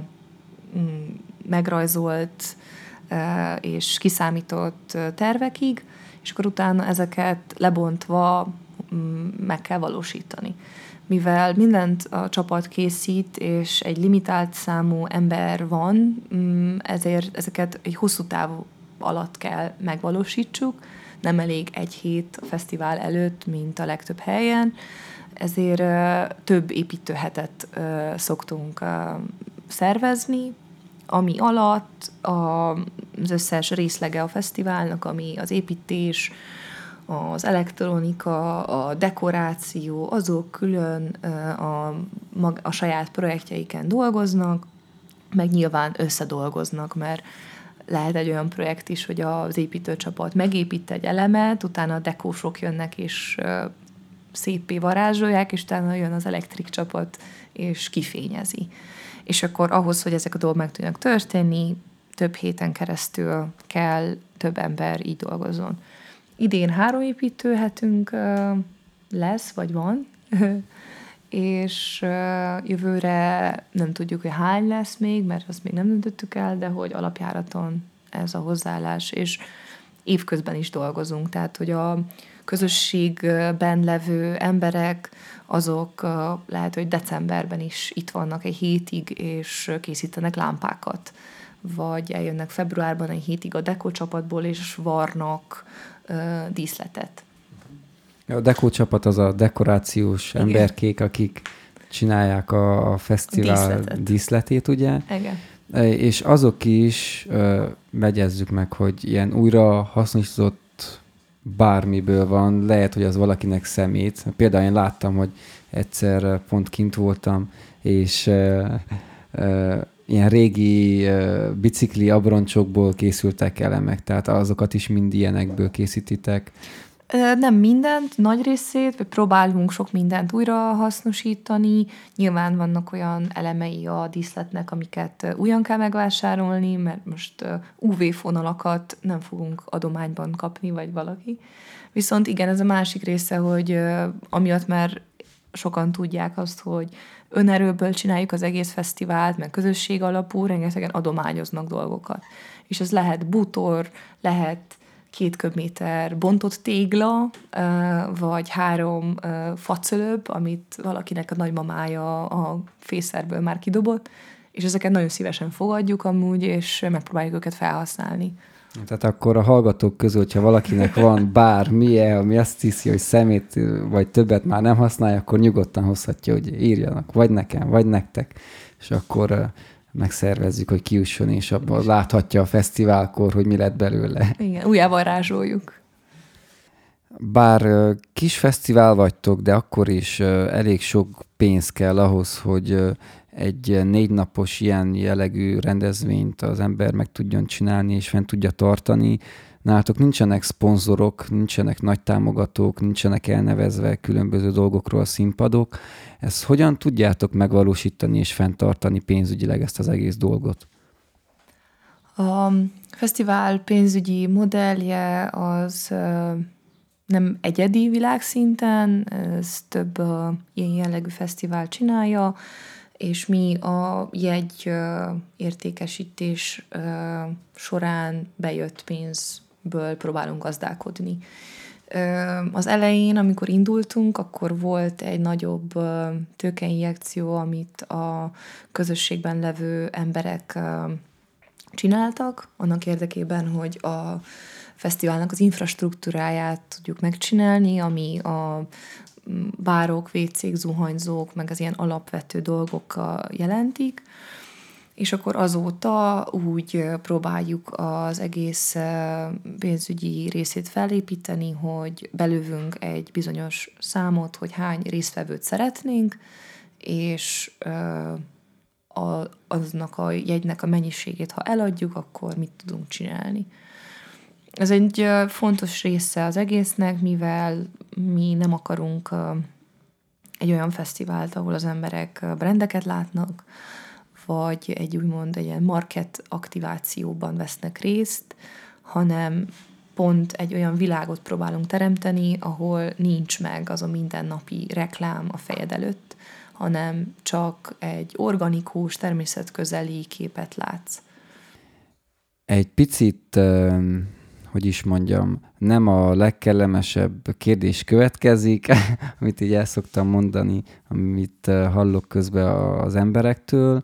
megrajzolt és kiszámított tervekig, és akkor utána ezeket lebontva meg kell valósítani. Mivel mindent a csapat készít, és egy limitált számú ember van, ezért ezeket egy hosszú táv alatt kell megvalósítsuk. Nem elég egy hét a fesztivál előtt, mint a legtöbb helyen, ezért több építőhetet szoktunk szervezni, ami alatt az összes részlege a fesztiválnak, ami az építés, az elektronika, a dekoráció, azok külön a, a saját projektjeiken dolgoznak, meg nyilván összedolgoznak, mert lehet egy olyan projekt is, hogy az építőcsapat megépít egy elemet, utána a dekósok jönnek és széppé varázsolják, és utána jön az elektrik csapat és kifényezi. És akkor ahhoz, hogy ezek a dolgok meg tudjanak történni, több héten keresztül kell több ember így dolgozzon. Idén három építőhetünk lesz, vagy van, és jövőre nem tudjuk, hogy hány lesz még, mert azt még nem döntöttük el, de hogy alapjáraton ez a hozzáállás, és évközben is dolgozunk, tehát hogy a közösségben levő emberek, azok lehet, hogy decemberben is itt vannak egy hétig, és készítenek lámpákat, vagy eljönnek februárban egy hétig a Deko csapatból, és varnak uh, díszletet. A Deko csapat az a dekorációs Igen. emberkék, akik csinálják a, a fesztivál díszletet, díszletét, ugye? Igen. És azok is, uh, megyezzük meg, hogy ilyen újra hasznosított bármiből van, lehet, hogy az valakinek szemét. Például én láttam, hogy egyszer pont kint voltam, és uh, uh, ilyen régi uh, bicikli abroncsokból készültek elemek, tehát azokat is mind ilyenekből készítitek. Nem mindent, nagy részét, vagy próbálunk sok mindent újra hasznosítani. Nyilván vannak olyan elemei a díszletnek, amiket újan kell megvásárolni, mert most ú vé fonalakat nem fogunk adományban kapni, vagy valaki. Viszont igen, ez a másik része, hogy amiatt már sokan tudják azt, hogy önerőből csináljuk az egész fesztivált, meg közösség alapú, rengetegen adományoznak dolgokat. És ez lehet bútor, lehet két köbméter bontott tégla, vagy három facölöb, amit valakinek a nagymamája a fészerből már kidobott, és ezeket nagyon szívesen fogadjuk amúgy, és megpróbáljuk őket felhasználni. Tehát akkor a hallgatók közül, hogyha valakinek van bármilyen, ami azt hiszi, hogy szemét vagy többet már nem használja, akkor nyugodtan hozhatja, hogy írjanak, vagy nekem, vagy nektek, és akkor megszervezzük, hogy kijusson, és abban láthatja a fesztiválkor, hogy mi lett belőle. Igen, újjával rázsoljuk. Bár kis fesztivál vagytok, de akkor is elég sok pénz kell ahhoz, hogy egy négy napos ilyen jellegű rendezvényt az ember meg tudjon csinálni, és fent tudja tartani. Nálatok nincsenek szponzorok, nincsenek nagy támogatók, nincsenek elnevezve különböző dolgokról a színpadok. Ezt hogyan tudjátok megvalósítani és fenntartani pénzügyileg ezt az egész dolgot? A fesztivál pénzügyi modellje az nem egyedi világszinten, ez több ilyen jellegű fesztivál csinálja, és mi a jegy értékesítés során bejött pénzből próbálunk gazdálkodni. Az elején, amikor indultunk, akkor volt egy nagyobb tőkeinjekció, amit a közösségben levő emberek csináltak, annak érdekében, hogy a fesztiválnak az infrastruktúráját tudjuk megcsinálni, ami a bárok, vécék, zuhanyzók, meg az ilyen alapvető dolgok jelentik, és akkor azóta úgy próbáljuk az egész pénzügyi részét felépíteni, hogy belövünk egy bizonyos számot, hogy hány résztvevőt szeretnénk, és aznak a jegynek a mennyiségét, ha eladjuk, akkor mit tudunk csinálni. Ez egy fontos része az egésznek, mivel mi nem akarunk egy olyan fesztivált, ahol az emberek brandeket látnak, vagy egy úgymond egy ilyen market aktivációban vesznek részt, hanem pont egy olyan világot próbálunk teremteni, ahol nincs meg az a mindennapi reklám a fejed előtt, hanem csak egy organikus, természetközeli képet látsz. Egy picit, hogy is mondjam, nem a legkellemesebb kérdés következik, amit így el szoktam mondani, amit hallok közben az emberektől.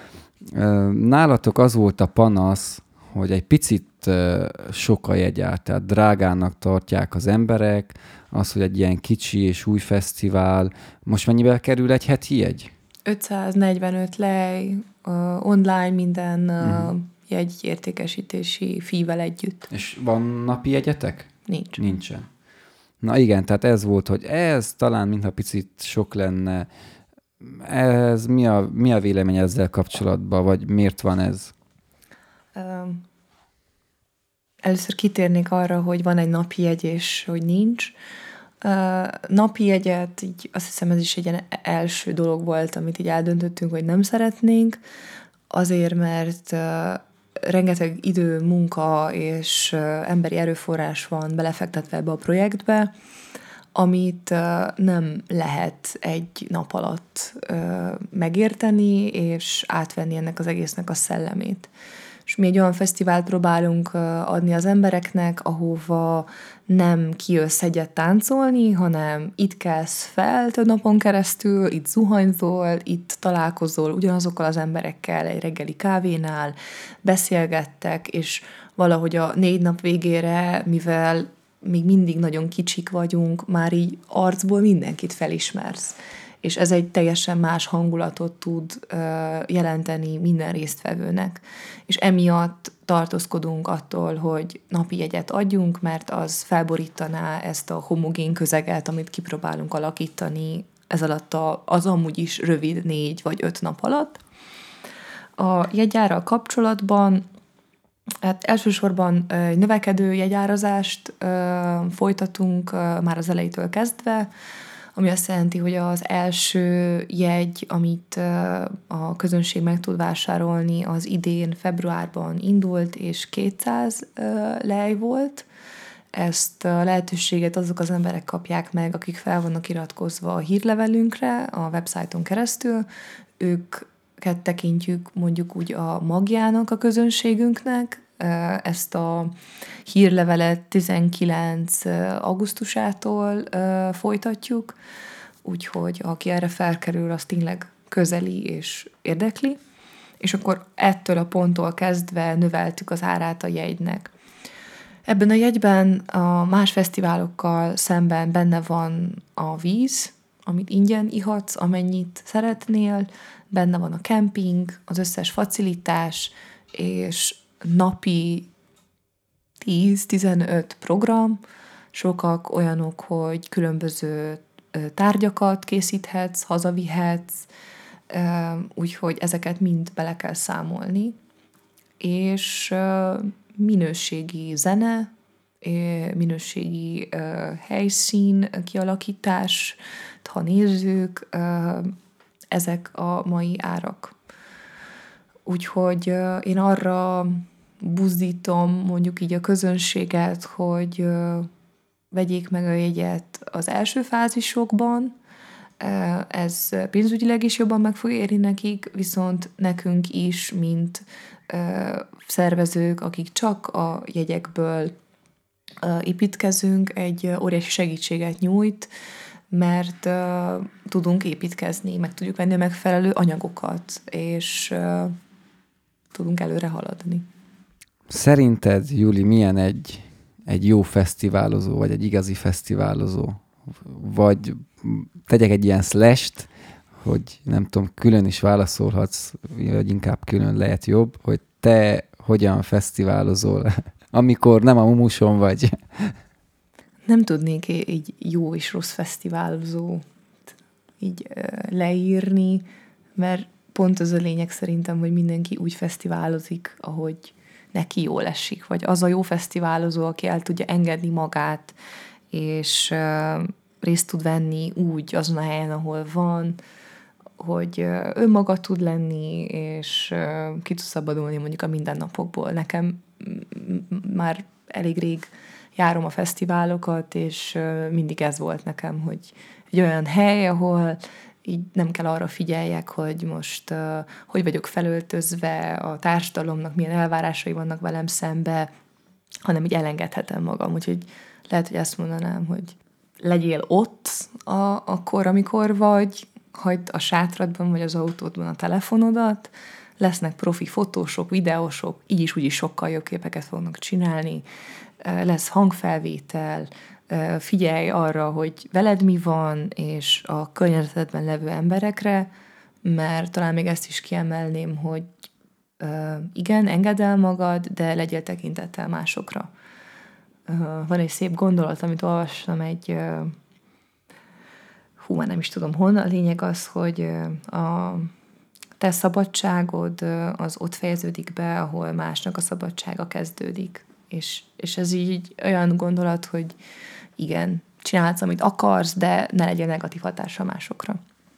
Nálatok az volt a panasz, hogy egy picit sok a jegyár, tehát drágának tartják az emberek, az, hogy egy ilyen kicsi és új fesztivál. Most mennyivel kerül egy heti jegy? ötszáznegyvenöt lej, uh, online minden uh, mm. jegyértékesítési fee-vel együtt. És van napi jegyetek? Nincs. Nincsen. Na igen, tehát ez volt, hogy ez talán mintha picit sok lenne. Ez mi a, mi a vélemény ezzel kapcsolatban, vagy miért van ez? Um, először kitérnék arra, hogy van egy napi jegy, és hogy nincs. Uh, napi jegyet, így azt hiszem ez is egy ilyen első dolog volt, amit így eldöntöttünk, hogy nem szeretnénk, azért, mert uh, rengeteg idő, munka és uh, emberi erőforrás van belefektetve ebbe a projektbe, amit uh, nem lehet egy nap alatt uh, megérteni, és átvenni ennek az egésznek a szellemét. És mi egy olyan fesztivált próbálunk uh, adni az embereknek, ahova nem kijössz egyet táncolni, hanem itt kelsz fel több napon keresztül, itt zuhanyzol, itt találkozol ugyanazokkal az emberekkel egy reggeli kávénál, beszélgettek, és valahogy a négy nap végére, mivel még mindig nagyon kicsik vagyunk, már így arcból mindenkit felismersz. És ez egy teljesen más hangulatot tud uh, jelenteni minden résztvevőnek. És emiatt tartózkodunk attól, hogy napi jegyet adjunk, mert az felborítaná ezt a homogén közeget, amit kipróbálunk alakítani ez alatt a, az amúgy is rövid négy vagy öt nap alatt. A jegyárral kapcsolatban hát elsősorban egy növekedő jegyárazást ö, folytatunk ö, már az elejétől kezdve, ami azt jelenti, hogy az első jegy, amit ö, a közönség meg tud vásárolni, az idén februárban indult, és kétszáz ö, lej volt. Ezt a lehetőséget azok az emberek kapják meg, akik fel vannak iratkozva a hírlevelünkre a websájton keresztül. Őket tekintjük mondjuk úgy a magjának a közönségünknek. Ezt a hírlevelet tizenkilenc augusztusától folytatjuk, úgyhogy aki erre felkerül, az tényleg közeli és érdekli, és akkor ettől a ponttól kezdve növeltük az árát a jegynek. Ebben a jegyben a más fesztiválokkal szemben benne van a víz, amit ingyen ihatsz, amennyit szeretnél, benne van a kemping, az összes facilitás, és napi tíz-tizenöt program, sokak olyanok, hogy különböző tárgyakat készíthetsz, hazavihetsz, úgyhogy ezeket mind bele kell számolni, és minőségi zene, minőségi helyszín kialakítás, ha nézzük, ezek a mai árak. Úgyhogy én arra buzdítom mondjuk így a közönséget, hogy vegyék meg a jegyet az első fázisokban, ez pénzügyileg is jobban meg fog érni nekik, viszont nekünk is, mint szervezők, akik csak a jegyekből építkezünk, egy óriási segítséget nyújt, mert uh, tudunk építkezni, meg tudjuk venni a megfelelő anyagokat, és uh, tudunk előre haladni. Szerinted, Júli, milyen egy, egy jó fesztiválozó, vagy egy igazi fesztiválozó? Vagy tegyek egy ilyen slash-t, hogy nem tudom, külön is válaszolhatsz, vagy inkább külön lehet jobb, hogy te hogyan fesztiválozol, amikor nem a mumuson vagy. Nem tudnék egy jó és rossz fesztiválozót így leírni, mert pont az a lényeg szerintem, hogy mindenki úgy fesztiválozik, ahogy neki jól esik, vagy az a jó fesztiválozó, aki el tudja engedni magát, és részt tud venni úgy azon a helyen, ahol van, hogy önmaga tud lenni, és ki tud szabadulni mondjuk a mindennapokból. Nekem már elég rég járom a fesztiválokat, és mindig ez volt nekem, hogy egy olyan hely, ahol így nem kell arra figyeljek, hogy most uh, hogy vagyok felöltözve, a társadalomnak milyen elvárásai vannak velem szembe, hanem így elengedhetem magam. Úgyhogy lehet, hogy azt mondanám, hogy legyél ott a, akkor, amikor vagy, hagyd a sátradban vagy az autódban a telefonodat, lesznek profi fotósok, videósok, így is úgy is sokkal jobb képeket fognak csinálni, lesz hangfelvétel, figyelj arra, hogy veled mi van, és a környezetedben levő emberekre, mert talán még ezt is kiemelném, hogy igen, engedd el magad, de legyél tekintettel másokra. Van egy szép gondolat, amit olvastam egy, hú, már nem is tudom honnan, a lényeg az, hogy a te szabadságod az ott fejeződik be, ahol másnak a szabadsága kezdődik. És, és ez így olyan gondolat, hogy igen, csinálsz, amit akarsz, de ne legyen negatív hatása másokra.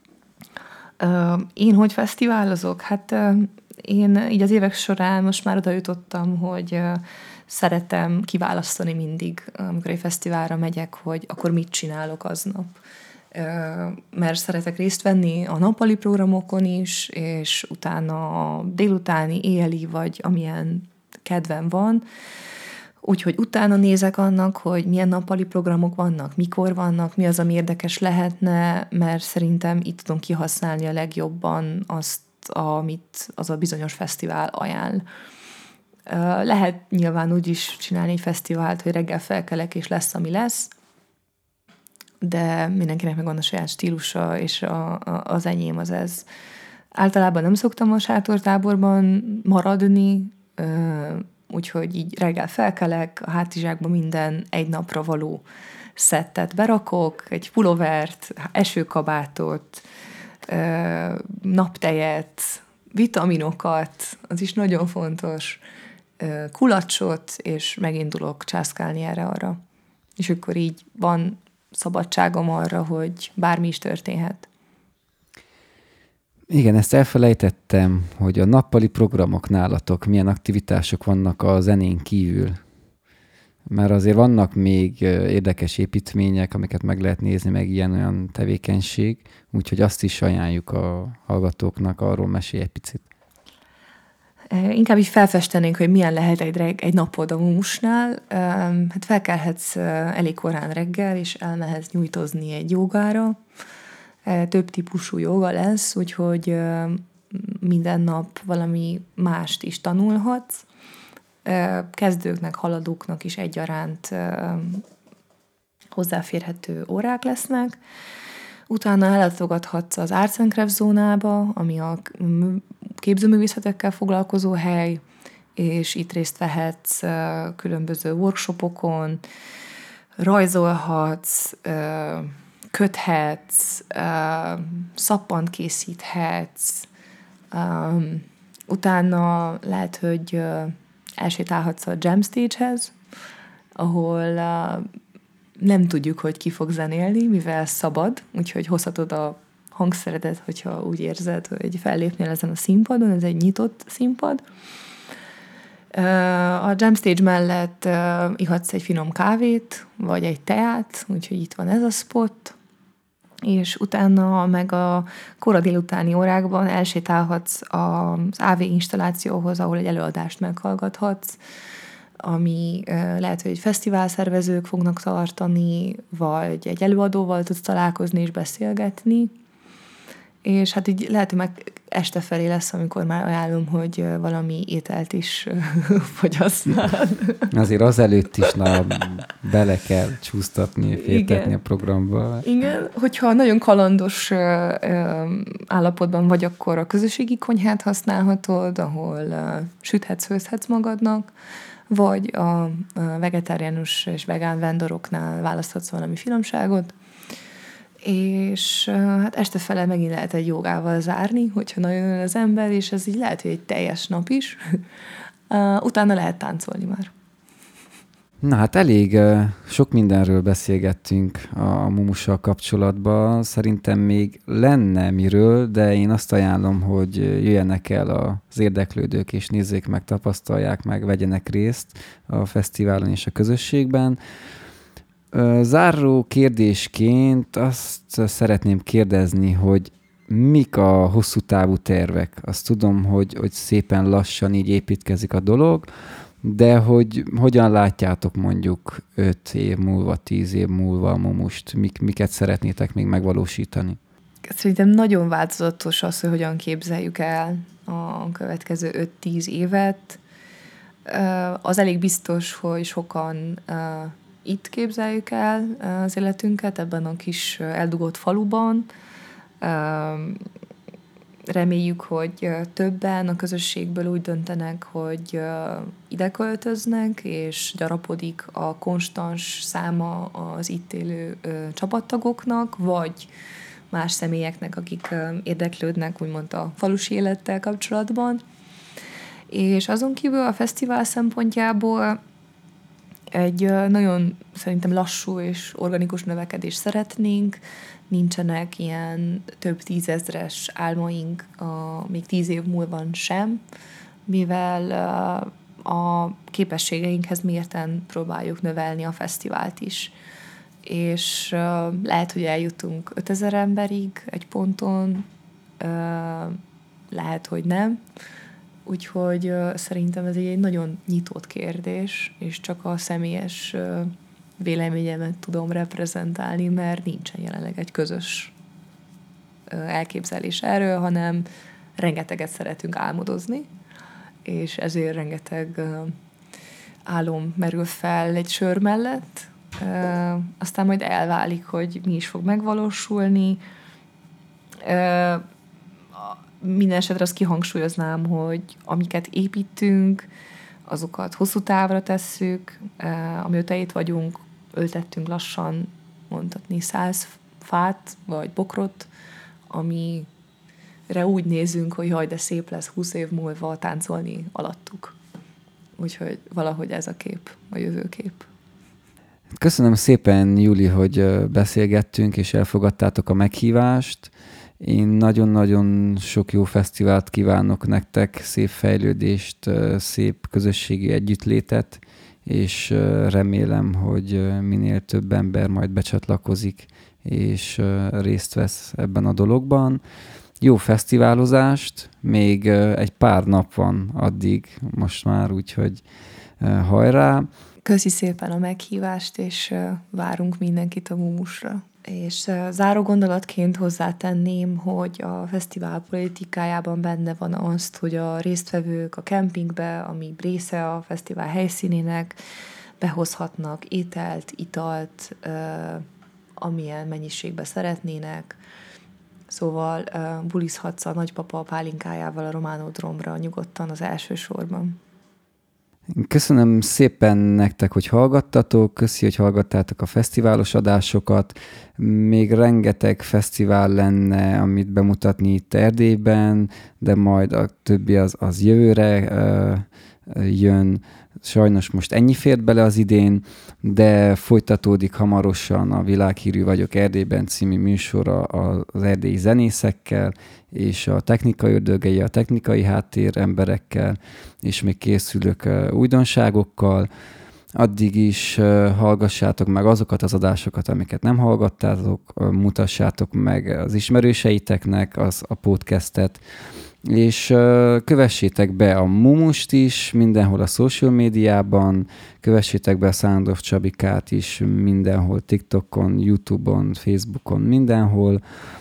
Én hogy fesztiválozok? Hát én így az évek során most már oda jutottam, hogy szeretem kiválasztani mindig, amikor egy fesztiválra megyek, hogy akkor mit csinálok aznap. Mert szeretek részt venni a nappali programokon is, és utána a délutáni, éjjeli, vagy amilyen kedvem van. Úgyhogy utána nézek annak, hogy milyen nappali programok vannak, mikor vannak, mi az, ami érdekes lehetne, mert szerintem itt tudom kihasználni a legjobban azt, amit az a bizonyos fesztivál ajánl. Lehet nyilván úgy is csinálni egy fesztivált, hogy reggel felkelek, és lesz, ami lesz, de mindenkinek meg van a saját stílusa, és a, a, az enyém az ez. Általában nem szoktam a sátortáborban maradni, úgyhogy így reggel felkelek, a hátizsákba minden egy napra való szettet berakok, egy pulóvert, esőkabátot, naptejet, vitaminokat, az is nagyon fontos, kulacsot, és megindulok császkálni erre-arra. És akkor így van szabadságom arra, hogy bármi is történhet. Igen, ezt elfelejtettem, hogy a nappali programok nálatok milyen aktivitások vannak a zenén kívül. Mert azért vannak még érdekes építmények, amiket meg lehet nézni, meg ilyen-olyan tevékenység, úgyhogy azt is ajánljuk a hallgatóknak, arról mesélj egy picit. Inkább így felfestenénk, hogy milyen lehet egy, reg- egy napod a Mumusnál. Hát felkelhetsz elég korán reggel, és elmehetsz nyújtozni egy jogára. Több típusú joga lesz, úgyhogy minden nap valami mást is tanulhatsz. Kezdőknek, haladóknak is egyaránt hozzáférhető órák lesznek. Utána ellátogathatsz az Arts and Crafts zónába, ami a képzőművészetekkel foglalkozó hely, és itt részt vehetsz különböző workshopokon, rajzolhatsz, köthetsz, szappant készíthetsz, utána lehet, hogy elsétálhatsz a Jam Stage-hez, ahol nem tudjuk, hogy ki fog zenélni, mivel szabad, úgyhogy hozhatod a hangszeredet, hogyha úgy érzed, hogy fellépnél ezen a színpadon, ez egy nyitott színpad. A Jam Stage mellett ihatsz egy finom kávét, vagy egy teát, úgyhogy itt van ez a spot, és utána meg a kora délutáni órákban elsétálhatsz az á vé installációhoz, ahol egy előadást meghallgathatsz, ami lehet, hogy fesztiválszervezők fognak tartani, vagy egy előadóval tudsz találkozni és beszélgetni. És hát így lehet, hogy meg este felé lesz, amikor már ajánlom, hogy valami ételt is fogyasztál. Azért azelőtt is na, bele kell csúsztatni, féltetni a programba. Igen, hogyha nagyon kalandos állapotban vagy, akkor a közösségi konyhát használhatod, ahol süthetsz, főzhetsz magadnak, vagy a vegetáriánus és vegán vendoroknál választhatsz valami finomságot, és hát este fele megint lehet egy jogával zárni, hogyha nagyon jön az ember, és ez így lehet, hogy egy teljes nap is. Utána lehet táncolni már. Na hát elég sok mindenről beszélgettünk a Mumussal kapcsolatban. Szerintem még lenne miről, de én azt ajánlom, hogy jöjjenek el az érdeklődők, és nézzék meg, tapasztalják meg, vegyenek részt a fesztiválon és a közösségben. Záró kérdésként azt szeretném kérdezni, hogy mik a hosszú távú tervek? Azt tudom, hogy, hogy szépen lassan így építkezik a dolog, de hogy hogyan látjátok mondjuk öt év múlva, tíz év múlva a Mumust? Mik, miket szeretnétek még megvalósítani? Szerintem nagyon változatos az, hogy hogyan képzeljük el a következő öt-tíz évet. Az elég biztos, hogy sokan itt képzeljük el az életünket, ebben a kis eldugott faluban. Reméljük, hogy többen a közösségből úgy döntenek, hogy ide költöznek, és gyarapodik a konstans száma az itt élő csapattagoknak, vagy más személyeknek, akik érdeklődnek úgymond a falusi élettel kapcsolatban. És azon kívül a fesztivál szempontjából egy nagyon szerintem lassú és organikus növekedést szeretnénk, nincsenek ilyen több tízezres álmaink a, még tíz év múlva sem, mivel a képességeinkhez mérten próbáljuk növelni a fesztivált is. És lehet, hogy eljutunk ötezer emberig egy ponton, lehet, hogy nem. Úgyhogy uh, szerintem ez egy nagyon nyitott kérdés, és csak a személyes uh, véleményemet tudom reprezentálni, mert nincsen jelenleg egy közös uh, elképzelés erről, hanem rengeteget szeretünk álmodozni, és ezért rengeteg uh, álom merül fel egy sör mellett. Uh, aztán majd elválik, hogy mi is fog megvalósulni. Uh, Minden esetre azt kihangsúlyoznám, hogy amiket építünk, azokat hosszú távra tesszük, amióta itt vagyunk, ültettünk lassan mondhatni száz fát, vagy bokrot, ami akikre úgy nézünk, hogy haj, de szép lesz húsz év múlva táncolni alattuk. Úgyhogy valahogy ez a kép, a jövőkép. Köszönöm szépen, Júli, hogy beszélgettünk, és elfogadtátok a meghívást. Én nagyon-nagyon sok jó fesztivált kívánok nektek, szép fejlődést, szép közösségi együttlétet, és remélem, hogy minél több ember majd becsatlakozik, és részt vesz ebben a dologban. Jó fesztiválozást, még egy pár nap van addig most már, úgyhogy hajrá! Köszi szépen a meghívást, és várunk mindenkit a Mumusra. És záró gondolatként hozzátenném, hogy a fesztivál politikájában benne van azt, hogy a résztvevők a kempingbe, ami része a fesztivál helyszínének, behozhatnak ételt, italt, amilyen mennyiségben szeretnének. Szóval bulizhatsz a nagypapa pálinkájával a Románodromra nyugodtan az első sorban. Köszönöm szépen nektek, hogy hallgattatok, köszi, hogy hallgattátok a fesztiválos adásokat. Még rengeteg fesztivál lenne, amit bemutatni itt Erdélyben, de majd a többi az, az jövőre uh, jön. Sajnos most ennyi fért bele az idén, de folytatódik hamarosan a Világhírű vagyok Erdélyben című műsora az erdélyi zenészekkel, és a technikai ördögei, a technikai háttér emberekkel, és még készülök újdonságokkal. Addig is hallgassátok meg azokat az adásokat, amiket nem hallgattátok, mutassátok meg az ismerőseiteknek az, a podcastet, és kövessétek be a Mumust is mindenhol a social médiában, kövessétek be a Sound of Csabikát is mindenhol, TikTokon, YouTube-on, Facebookon, mindenhol,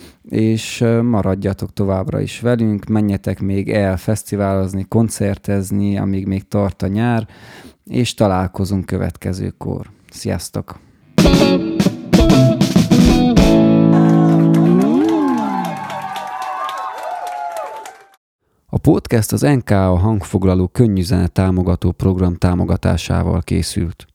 és maradjatok továbbra is velünk, menjetek még el fesztiválozni, koncertezni, amíg még tart a nyár, és találkozunk következőkor. Sziasztok! A podcast az en ká á hangfoglaló könnyű zene támogató program támogatásával készült.